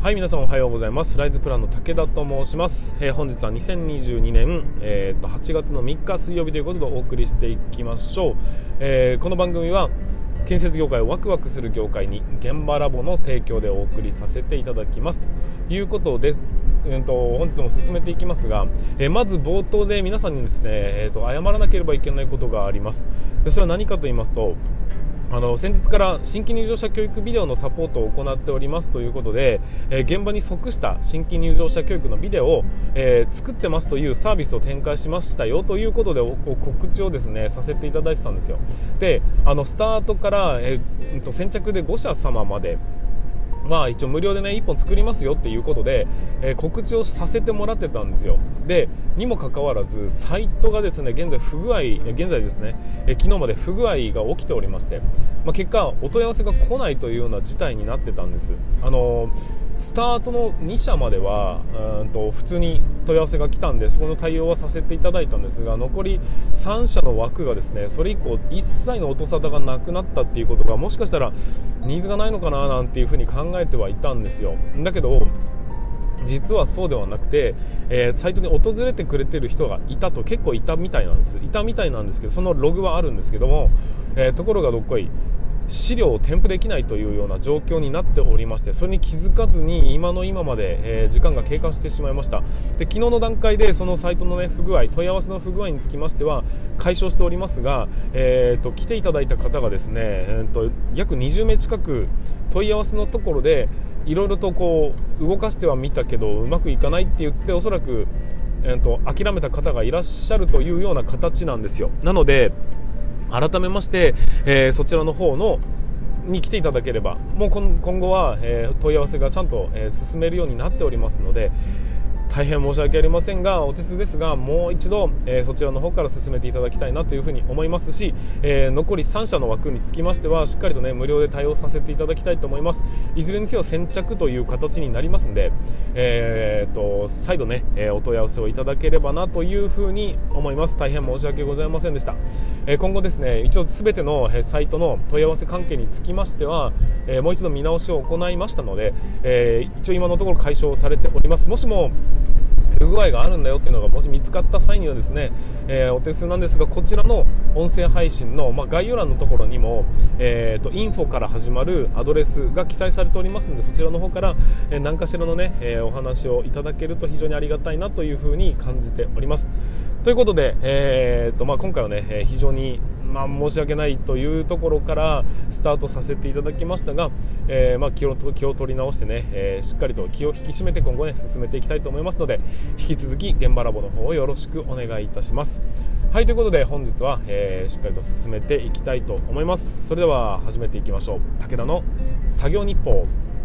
はい、皆さんおはようございます。ライズプランの武田と申します。本日は2022年、8月の3日水曜日ということでお送りしていきましょう。この番組は建設業界をワクワクする業界に現場ラボの提供でお送りさせていただきますということで、本日も進めていきますが、まず冒頭で皆さんにですね、謝らなければいけないことがあります。でそれは何かと言いますと、先日から新規入場者教育ビデオのサポートを行っておりますということで、現場に即した新規入場者教育のビデオを、作ってますというサービスを展開しましたよということで告知をですねさせていただいてたんですよ。でスタートから、先着で5社様まで一応無料でね1本作りますよっていうことで、告知をさせてもらってたんですよ。でにもかかわらずサイトがですね現在ですね、昨日まで不具合が起きておりまして、結果お問い合わせが来ないというような事態になってたんです。スタートの2社までは普通に問い合わせが来たんで、そこの対応はさせていただいたんですが、残り3社の枠がですねそれ以降一切の音沙汰がなくなったっていうことが、もしかしたらニーズがないのかななんていうふうに考えてはいたんですよ。だけど実はそうではなくて、サイトに訪れてくれてる人が結構いたみたいなんですけど、そのログはあるんですけども、ところがどっこい資料を添付できないというような状況になっておりまして、それに気づかずに今まで、時間が経過してしまいました。で昨日の段階でそのサイトの、不具合、問い合わせの不具合につきましては解消しておりますが、来ていただいた方がですね、約20名近く問い合わせのところでいろいろとこう動かしてはみたけどうまくいかないって言って、おそらく、諦めた方がいらっしゃるというような形なんですよ。なので改めまして、そちらの方に来ていただければ、もう今後は、問い合わせがちゃんと、進めるようになっておりますので、大変申し訳ありませんが、お手数ですがもう一度、そちらの方から進めていただきたいなというふうに思いますし、残り3社の枠につきましてはしっかりとね無料で対応させていただきたいと思います。いずれにせよ先着という形になりますので、再度ね、お問い合わせをいただければなというふうに思います。大変申し訳ございませんでした。今後ですね一応全てのサイトの問い合わせ関係につきましては、もう一度見直しを行いましたので、一応今のところ解消されております。もしも不具合があるんだよっていうのがもし見つかった際にはですね、お手数なんですが、こちらの音声配信の、概要欄のところにも、インフォから始まるアドレスが記載されておりますので、そちらの方から、何かしらのね、お話をいただけると非常にありがたいなというふうに感じております。ということで、今回はね非常に申し訳ないというところからスタートさせていただきましたが、気を取り直してね、しっかりと気を引き締めて今後ね進めていきたいと思いますので、引き続き現場ラボの方をよろしくお願いいたします。はい、ということで本日は、しっかりと進めていきたいと思います。それでは始めていきましょう。武田の作業日報。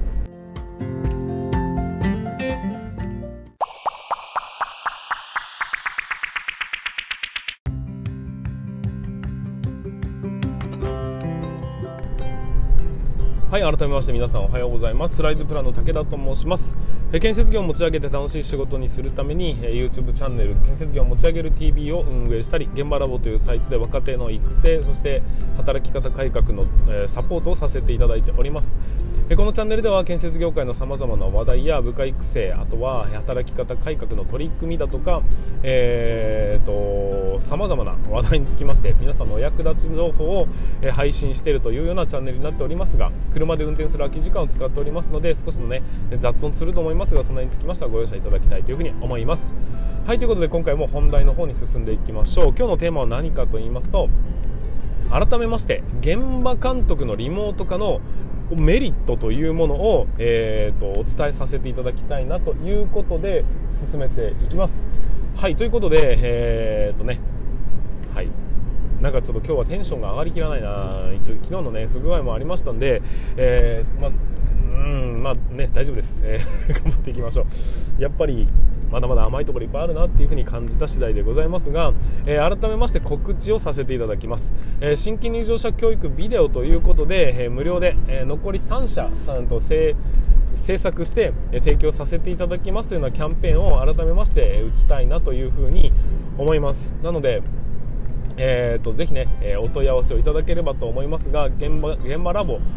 はい、改めまして皆さんおはようございます。ライズプランの武田と申します。建設業を持ち上げて楽しい仕事にするために YouTube チャンネル建設業を持ち上げる TV を運営したり、現場ラボというサイトで若手の育成、そして働き方改革のサポートをさせていただいております。このチャンネルでは建設業界のさまざまな話題や部下育成、あとは働き方改革の取り組みだとか、さまざまな話題につきまして皆さんのお役立ち情報を配信しているというようなチャンネルになっておりますが、車で運転する空き時間を使っておりますので少しのね雑音すると思いますが、その辺につきましてはご容赦いただきたいというふうに思います。はい、ということで今回も本題の方に進んでいきましょう。今日のテーマは何かと言いますと、改めまして現場監督のリモート化のメリットというものを、お伝えさせていただきたいなということで進めていきます。はい、ということではい、なんかちょっと今日はテンションが上がりきらないな。一応昨日のね不具合もありましたんで、大丈夫です、頑張っていきましょう。やっぱりまだまだ甘いところいっぱいあるなっていうふうに感じた次第でございますが、改めまして告知をさせていただきます。新規入場者教育ビデオということで、無料で、残り3社さんと制作して提供させていただきますというようなキャンペーンを改めまして打ちたいなというふうに思います。なのでぜひね、お問い合わせをいただければと思いますが、現場ラボ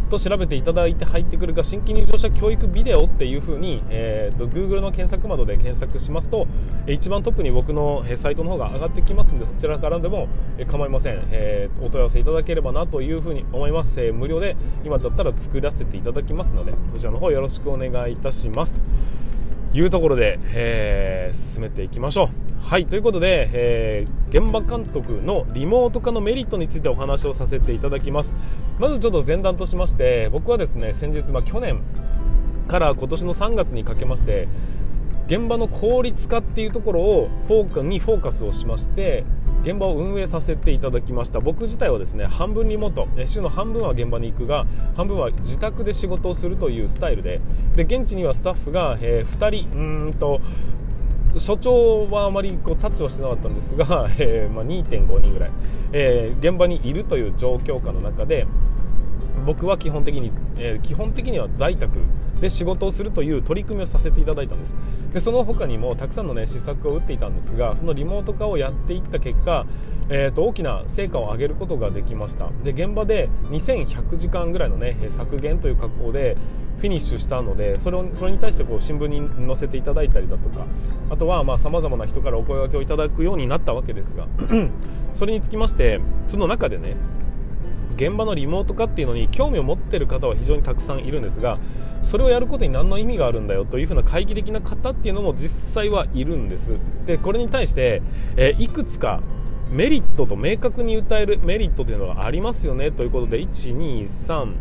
と調べていただいて入ってくるが新規入場者教育ビデオっていう風に、Google の検索窓で検索しますと一番トップに僕のサイトの方が上がってきますので、そちらからでも構いません。お問い合わせいただければなという風に思います。無料で今だったら作らせていただきますので、そちらの方よろしくお願いいたしますというところで、進めていきましょう。はい、ということで、現場監督のリモート化のメリットについてお話をさせていただきます。まずちょっと前段としまして、僕はですね先日、去年から今年の3月にかけまして現場の効率化っていうところをフォーカスをしまして現場を運営させていただきました。僕自体はですね半分リモート、週の半分は現場に行くが半分は自宅で仕事をするというスタイルで、現地にはスタッフが、2人所長はあまりタッチはしてなかったんですが、2.5 人ぐらい、現場にいるという状況下の中で僕は基本的には在宅で仕事をするという取り組みをさせていただいたんです。でその他にもたくさんの、施策を打っていたんですが、そのリモート化をやっていった結果、大きな成果を上げることができました。で現場で2100時間ぐらいの、削減という格好でフィニッシュしたので、それに対して新聞に載せていただいたりだとか、あとは様々な人からお声掛けをいただくようになったわけですがそれにつきましてその中でね現場のリモート化っていうのに興味を持っている方は非常にたくさんいるんですが、それをやることに何の意味があるんだよというふうな懐疑的な方っていうのも実際はいるんです。でこれに対して、いくつかメリットと明確に訴えるメリットというのがありますよねということで、1234567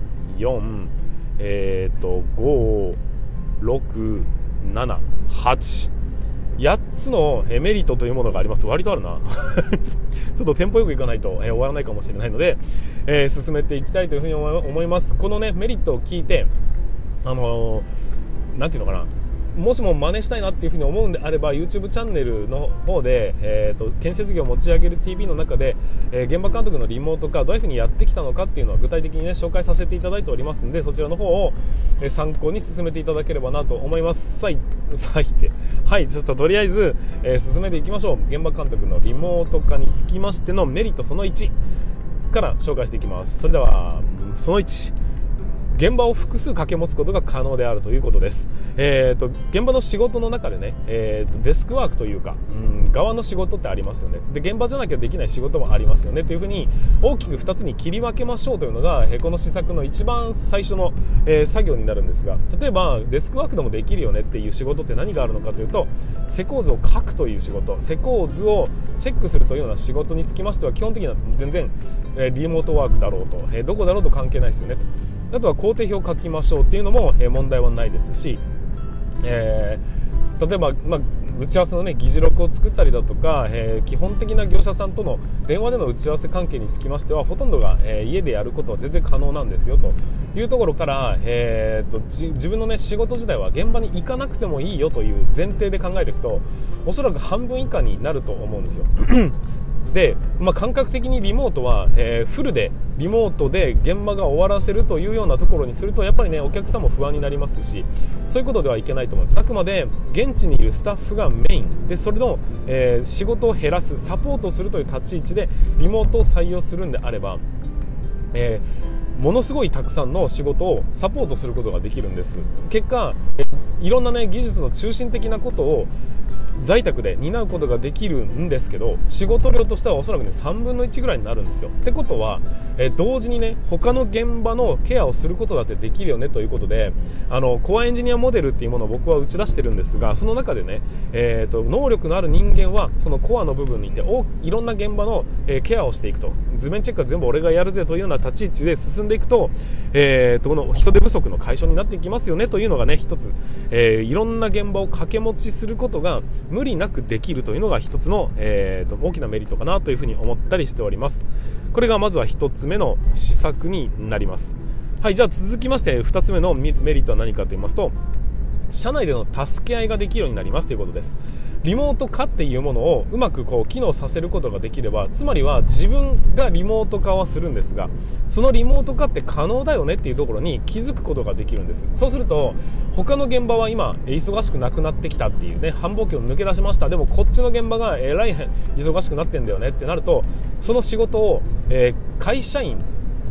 8つのメリットというものがあります。割とあるなちょっとテンポよくいかないと終わらないかもしれないので、進めていきたいというふうに思います。このメリットを聞いてなんていうのかな、もしも真似したいなっていうふうに思うんであれば YouTube チャンネルの方で、建設業を持ち上げる TV の中で、現場監督のリモート化どういうふうにやってきたのかっていうのは具体的に、紹介させていただいておりますので、そちらの方を、参考に進めていただければなと思います。はい、ちょっととりあえず、進めていきましょう。現場監督のリモート化につきましてのメリットその1から紹介していきます。それではその1、現場を複数掛け持つことが可能であるということです。現場の仕事の中でね、デスクワークというか、側の仕事ってありますよね。で現場じゃなきゃできない仕事もありますよねというふうに大きく2つに切り分けましょうというのが、この施策の一番最初の、作業になるんですが、例えばデスクワークでもできるよねっていう仕事って何があるのかというと、施工図を書くという仕事、施工図をチェックするというような仕事につきましては基本的には全然、リモートワークだろうと、どこだろうと関係ないですよねと。あとは工程表を書きましょうっていうのも、問題はないですし、例えば、打ち合わせの議事録を作ったりだとか、基本的な業者さんとの電話での打ち合わせ関係につきましてはほとんどが、家でやることは全然可能なんですよというところから、自分の、仕事自体は現場に行かなくてもいいよという前提で考えていくとおそらく半分以下になると思うんですよで、感覚的にリモートは、フルでリモートで現場が終わらせるというようなところにするとやっぱりねお客さんも不安になりますし、そういうことではいけないと思います。あくまで現地にいるスタッフがメインでそれの、仕事を減らすサポートをするという立ち位置でリモートを採用するんであれば、ものすごいたくさんの仕事をサポートすることができるんです。結果、いろんな、技術の中心的なことを在宅で担うことができるんですけど、仕事量としてはおそらく3分の1ぐらいになるんですよ。ってことは、同時に他の現場のケアをすることだってできるよねということで、コアエンジニアモデルっていうものを僕は打ち出してるんですが、その中で能力のある人間はそのコアの部分にいていろんな現場の、ケアをしていくと、図面チェックは全部俺がやるぜというような立ち位置で進んでいくと、この人手不足の解消になっていきますよねというのが一つ、いろんな現場を掛け持ちすることが無理なくできるというのが一つの、大きなメリットかなというふうに思ったりしております。これがまずは一つ目の施策になります。はい、じゃあ続きまして二つ目のメリットは何かと言いますと、社内での助け合いができるようになりますということです。リモート化っていうものをうまく機能させることができれば、つまりは自分がリモート化はするんですが、そのリモート化って可能だよねっていうところに気づくことができるんです。そうすると他の現場は今忙しくなくなってきたっていう繁忙期を抜け出しました、でもこっちの現場が忙しくなってんだよねってなると、その仕事を、会社員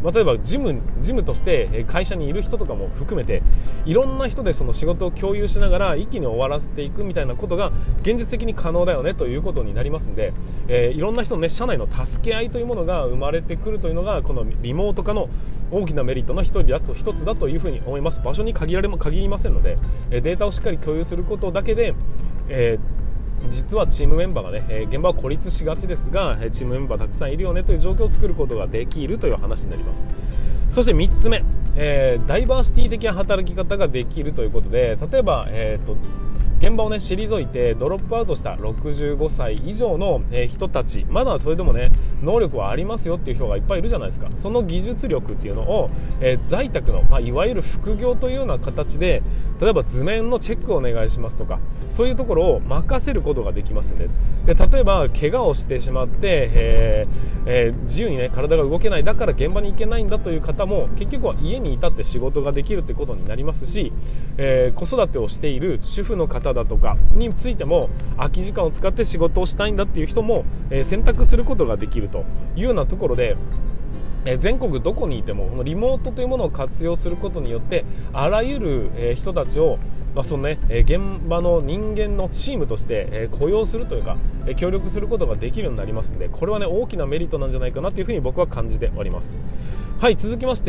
例えば事務として会社にいる人とかも含めていろんな人でその仕事を共有しながら一気に終わらせていくみたいなことが現実的に可能だよねということになりますので、いろんな人の、ね、社内の助け合いというものが生まれてくるというのがこのリモート化の大きなメリットの一つだというふうに思います。場所に限りませんので、データをしっかり共有することだけで、実はチームメンバーがね、現場は孤立しがちですが、チームメンバーたくさんいるよねという状況を作ることができるという話になります。そして3つ目、ダイバーシティ的な働き方ができるということで、例えば、現場をね退いてドロップアウトした65歳以上の人たち、まだそれでもね能力はありますよっていう人がいっぱいいるじゃないですか。その技術力っていうのを、在宅の、いわゆる副業というような形で、例えば図面のチェックをお願いしますとか、そういうところを任せることができますよね。で例えば怪我をしてしまって、自由にね体が動けない、だから現場に行けないんだという方も結局は家にいたって仕事ができるってことになりますし、子育てをしている主婦の方だとかについても空き時間を使って仕事をしたいんだっていう人も、選択することができるというようなところで、全国どこにいてもこのリモートというものを活用することによってあらゆる、人たちを、そのね、現場の人間のチームとして、雇用するというか、協力することができるようになりますので、これはね大きなメリットなんじゃないかなというふうに僕は感じております。はい、続きまして、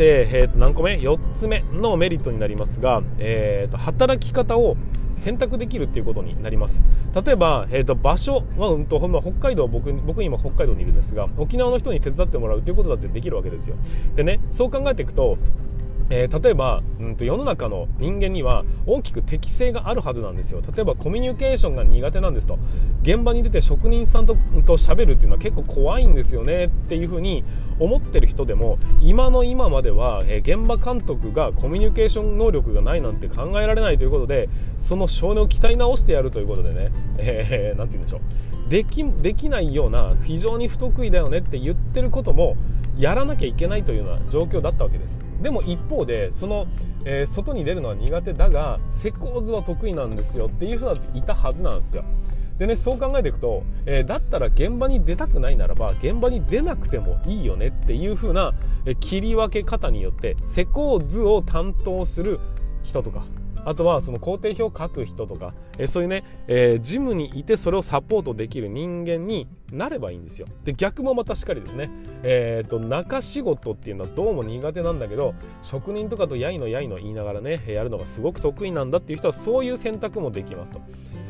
何個目 ?4 つ目のメリットになりますが、働き方を選択できるっていうことになります。例えば、場所は、北海道、僕今北海道にいるんですが、沖縄の人に手伝ってもらうということだってできるわけですよ。でね、そう考えていくと、例えば、世の中の人間には大きく適性があるはずなんですよ。例えばコミュニケーションが苦手なんですと、現場に出て職人さんと喋るっていうのは結構怖いんですよねっていうふうに思ってる人でも、今までは、現場監督がコミュニケーション能力がないなんて考えられないということで、その性根を鍛え直してやるということでね、なんて言うんでしょう、できないような非常に不得意だよねって言ってることもやらなきゃいけないというような状況だったわけです。でも一方でその、外に出るのは苦手だが施工図は得意なんですよっていう人だっていたはずなんですよ。でね、そう考えていくと、だったら現場に出たくないならば現場に出なくてもいいよねっていう風な、切り分け方によって施工図を担当する人とか、あとはその工程表を書く人とか、そういうね、ジムにいてそれをサポートできる人間になればいいんですよ。で逆もまたしっかりですね、中仕事っていうのはどうも苦手なんだけど、職人とかとやいの言いながらねやるのがすごく得意なんだっていう人はそういう選択もできますと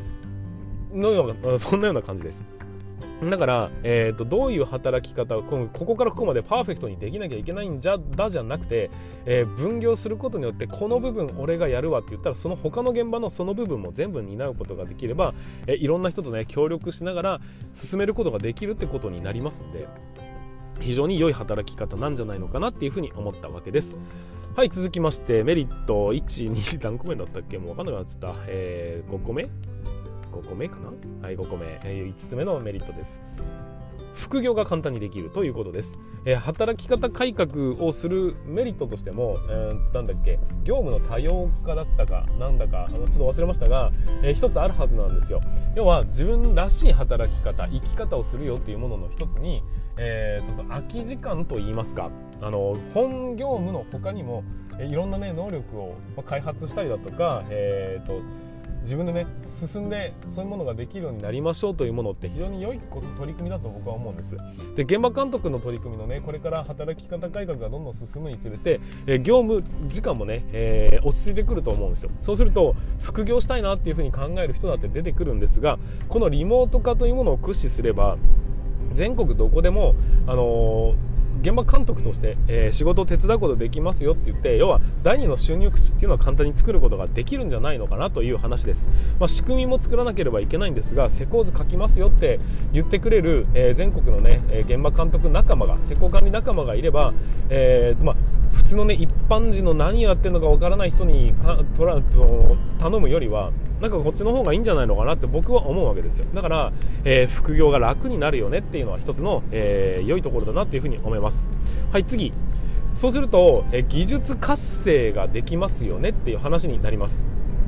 そんなような感じです。だから、どういう働き方をここからここまでパーフェクトにできなきゃいけないんじゃなくて、分業することによってこの部分俺がやるわって言ったらその他の現場のその部分も全部担うことができれば、いろんな人とね協力しながら進めることができるってことになりますので、非常に良い働き方なんじゃないのかなっていうふうに思ったわけです。はい、続きましてメリット1、2何個目だったっけ、もう分かんなくなっちゃった。5個目かな。はい、5個目、5つ目のメリットです。副業が簡単にできるということです。働き方改革をするメリットとしても、業務の多様化だったかなんだかちょっと忘れましたが、一つあるはずなんですよ。要は自分らしい働き方、生き方をするよっていうものの一つに、空き時間といいますか、本業務の他にも、いろんなね能力を開発したりだとか、自分でね進んでそういうものができるようになりましょうというものって非常に良い取り組みだと僕は思うんです。で現場監督の取り組みのねこれから働き方改革がどんどん進むにつれて、業務時間もね、落ち着いてくると思うんですよ。そうすると副業したいなっていうふうに考える人だって出てくるんですが、このリモート化というものを駆使すれば全国どこでも現場監督として、仕事を手伝うことできますよって言って、要は第二の収入口っていうのは簡単に作ることができるんじゃないのかなという話です。仕組みも作らなければいけないんですが、施工図書きますよって言ってくれる、全国のね現場監督仲間が、施工管理仲間がいれば、普通のね一般人の何やってるのかわからない人に頼むよりはなんかこっちの方がいいんじゃないのかなって僕は思うわけですよ。だから、副業が楽になるよねっていうのは一つの、良いところだなっていうふうに思います。はい、次。そうすると、技術活性ができますよねっていう話になります。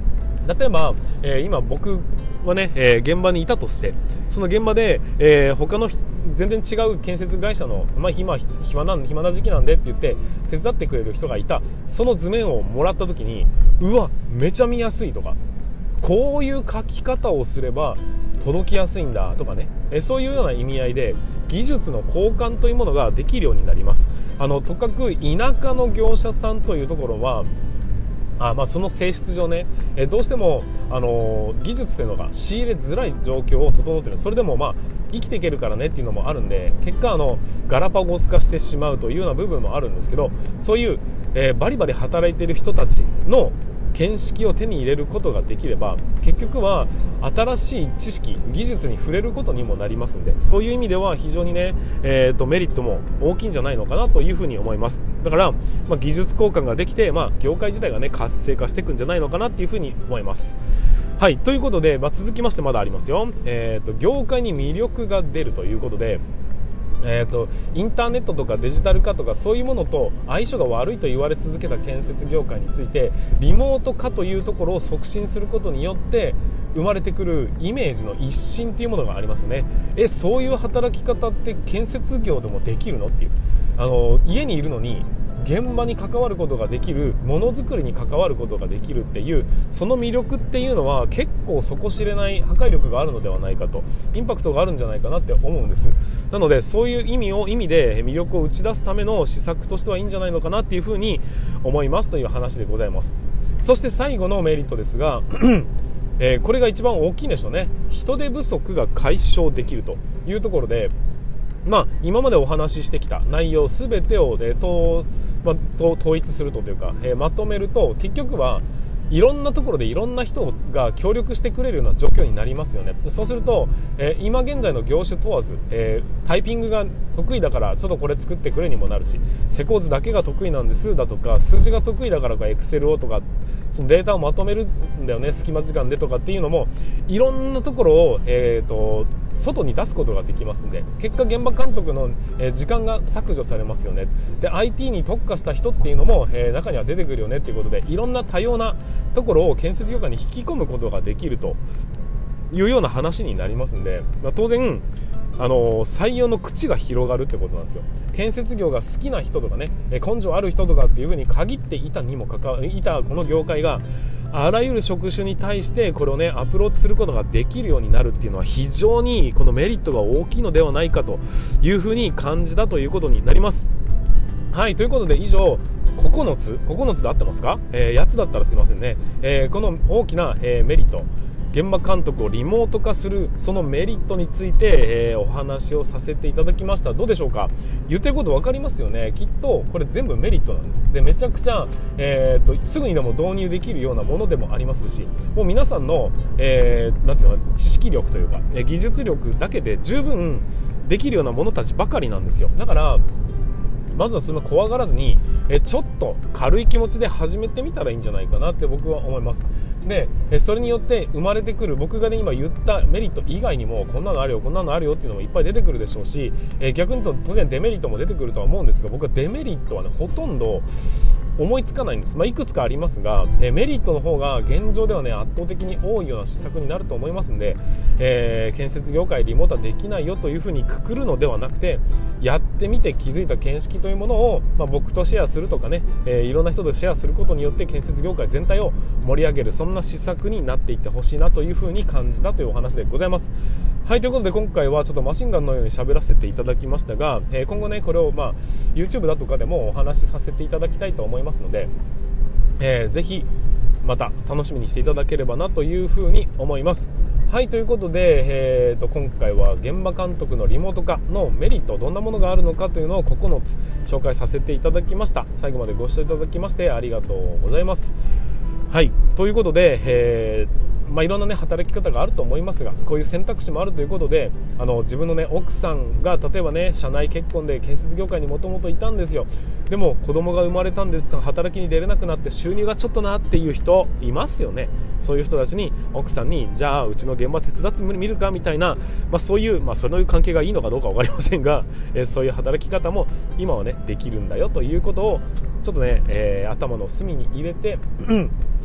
例えば、今僕はね、現場にいたとして、その現場で、他の全然違う建設会社の、暇な時期なんでって言って手伝ってくれる人がいた。その図面をもらった時に、うわめちゃ見やすいとか、こういう書き方をすれば届きやすいんだとかね、そういうような意味合いで技術の交換というものができるようになります。とかく田舎の業者さんというところはその性質上ね、どうしても、技術というのが仕入れづらい状況を整っている。それでも生きていけるからねっていうのもあるんで、結果ガラパゴス化してしまうというような部分もあるんですけど、そういう、バリバリ働いている人たちの見識を手に入れることができれば、結局は新しい知識技術に触れることにもなりますので、そういう意味では非常にね、メリットも大きいんじゃないのかなというふうに思います。だから、技術交換ができて、業界自体がね活性化していくんじゃないのかなっていうふうに思います。はい、ということで、続きましてまだありますよ。業界に魅力が出るということで、インターネットとかデジタル化とかそういうものと相性が悪いと言われ続けた建設業界について、リモート化というところを促進することによって生まれてくるイメージの一新というものがありますよね。そういう働き方って建設業でもできるのっていう、家にいるのに現場に関わることができる、ものづくりに関わることができるっていう、その魅力っていうのは結構底知れない破壊力があるのではないかと、インパクトがあるんじゃないかなって思うんです。なのでそういう意味で魅力を打ち出すための施策としてはいいんじゃないのかなっていうふうに思いますという話でございます。そして最後のメリットですがこれが一番大きいんでしょうね。人手不足が解消できるというところで、今までお話ししてきた内容すべてを、統一するというか、まとめると、結局はいろんなところでいろんな人が協力してくれるような状況になりますよね。そうすると、今現在の業種問わず、タイピングが得意だからちょっとこれ作ってくれにもなるし、施工図だけが得意なんですだとか、数字が得意だからかエクセルをとか、そのデータをまとめるんだよね隙間時間でとかっていうのも、いろんなところを、外に出すことができますんで、結果現場監督の時間が削除されますよね。で IT に特化した人っていうのも中には出てくるよねっていうことで、いろんな多様なところを建設業界に引き込むことができるというような話になりますんで、当然採用の口が広がるってことなんですよ。建設業が好きな人とかね、根性ある人とかっていう風に限っていたこの業界があらゆる職種に対してこれをねアプローチすることができるようになるっていうのは、非常にこのメリットが大きいのではないかという風に感じたということになります。はい、ということで以上9つで合ってますか、8つだったらすいませんね。この大きな、メリット、現場監督をリモート化するそのメリットについて、お話をさせていただきました。どうでしょうか。言ってること分かりますよね。きっとこれ全部メリットなんです。でめちゃくちゃ、すぐにでも導入できるようなものでもありますし、もう皆さんの、なんていうの、知識力というか、技術力だけで十分できるようなものたちばかりなんですよ。だからまずはその怖がらずに、ちょっと軽い気持ちで始めてみたらいいんじゃないかなって僕は思います。でそれによって生まれてくる、僕がね今言ったメリット以外にもこんなのあるよこんなのあるよっていうのもいっぱい出てくるでしょうし、逆に言うと当然デメリットも出てくるとは思うんですが、僕はデメリットはねほとんど思いつかないんです。いくつかありますが、メリットの方が現状ではね圧倒的に多いような施策になると思いますんで、建設業界リモートはできないよというふうにくくるのではなくて、やってみて気づいた見識というものを、僕とシェアするとかね、いろんな人とシェアすることによって建設業界全体を盛り上げる、そんな施策になっていってほしいなというふうに感じたというお話でございます。はい、ということで今回はちょっとマシンガンのように喋らせていただきましたが、今後ねこれをYouTube だとかでもお話しさせていただきたいと思いますので、ぜひまた楽しみにしていただければなというふうに思います。はい、ということで、今回は現場監督のリモート化のメリット、どんなものがあるのかというのを9つ紹介させていただきました。最後までご視聴いただきましてありがとうございます。はい、ということで、いろんな、働き方があると思いますが、こういう選択肢もあるということで、自分の、奥さんが例えばね社内結婚で建設業界にもともといたんですよ。でも子供が生まれたんです、働きに出れなくなって収入がちょっとなっていう人いますよね。そういう人たちに奥さんにじゃあうちの現場手伝ってみるかみたいな、そういう、そういう関係がいいのかどうか分かりませんが、そういう働き方も今はねできるんだよということをちょっとね、頭の隅に入れて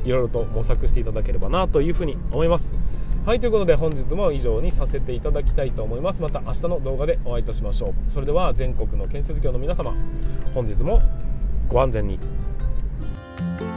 いろいろと模索していただければなというふうに思います。はい、ということで本日も以上にさせていただきたいと思います。また明日の動画でお会いいたしましょう。それでは全国の建設業の皆様、本日もご安全に。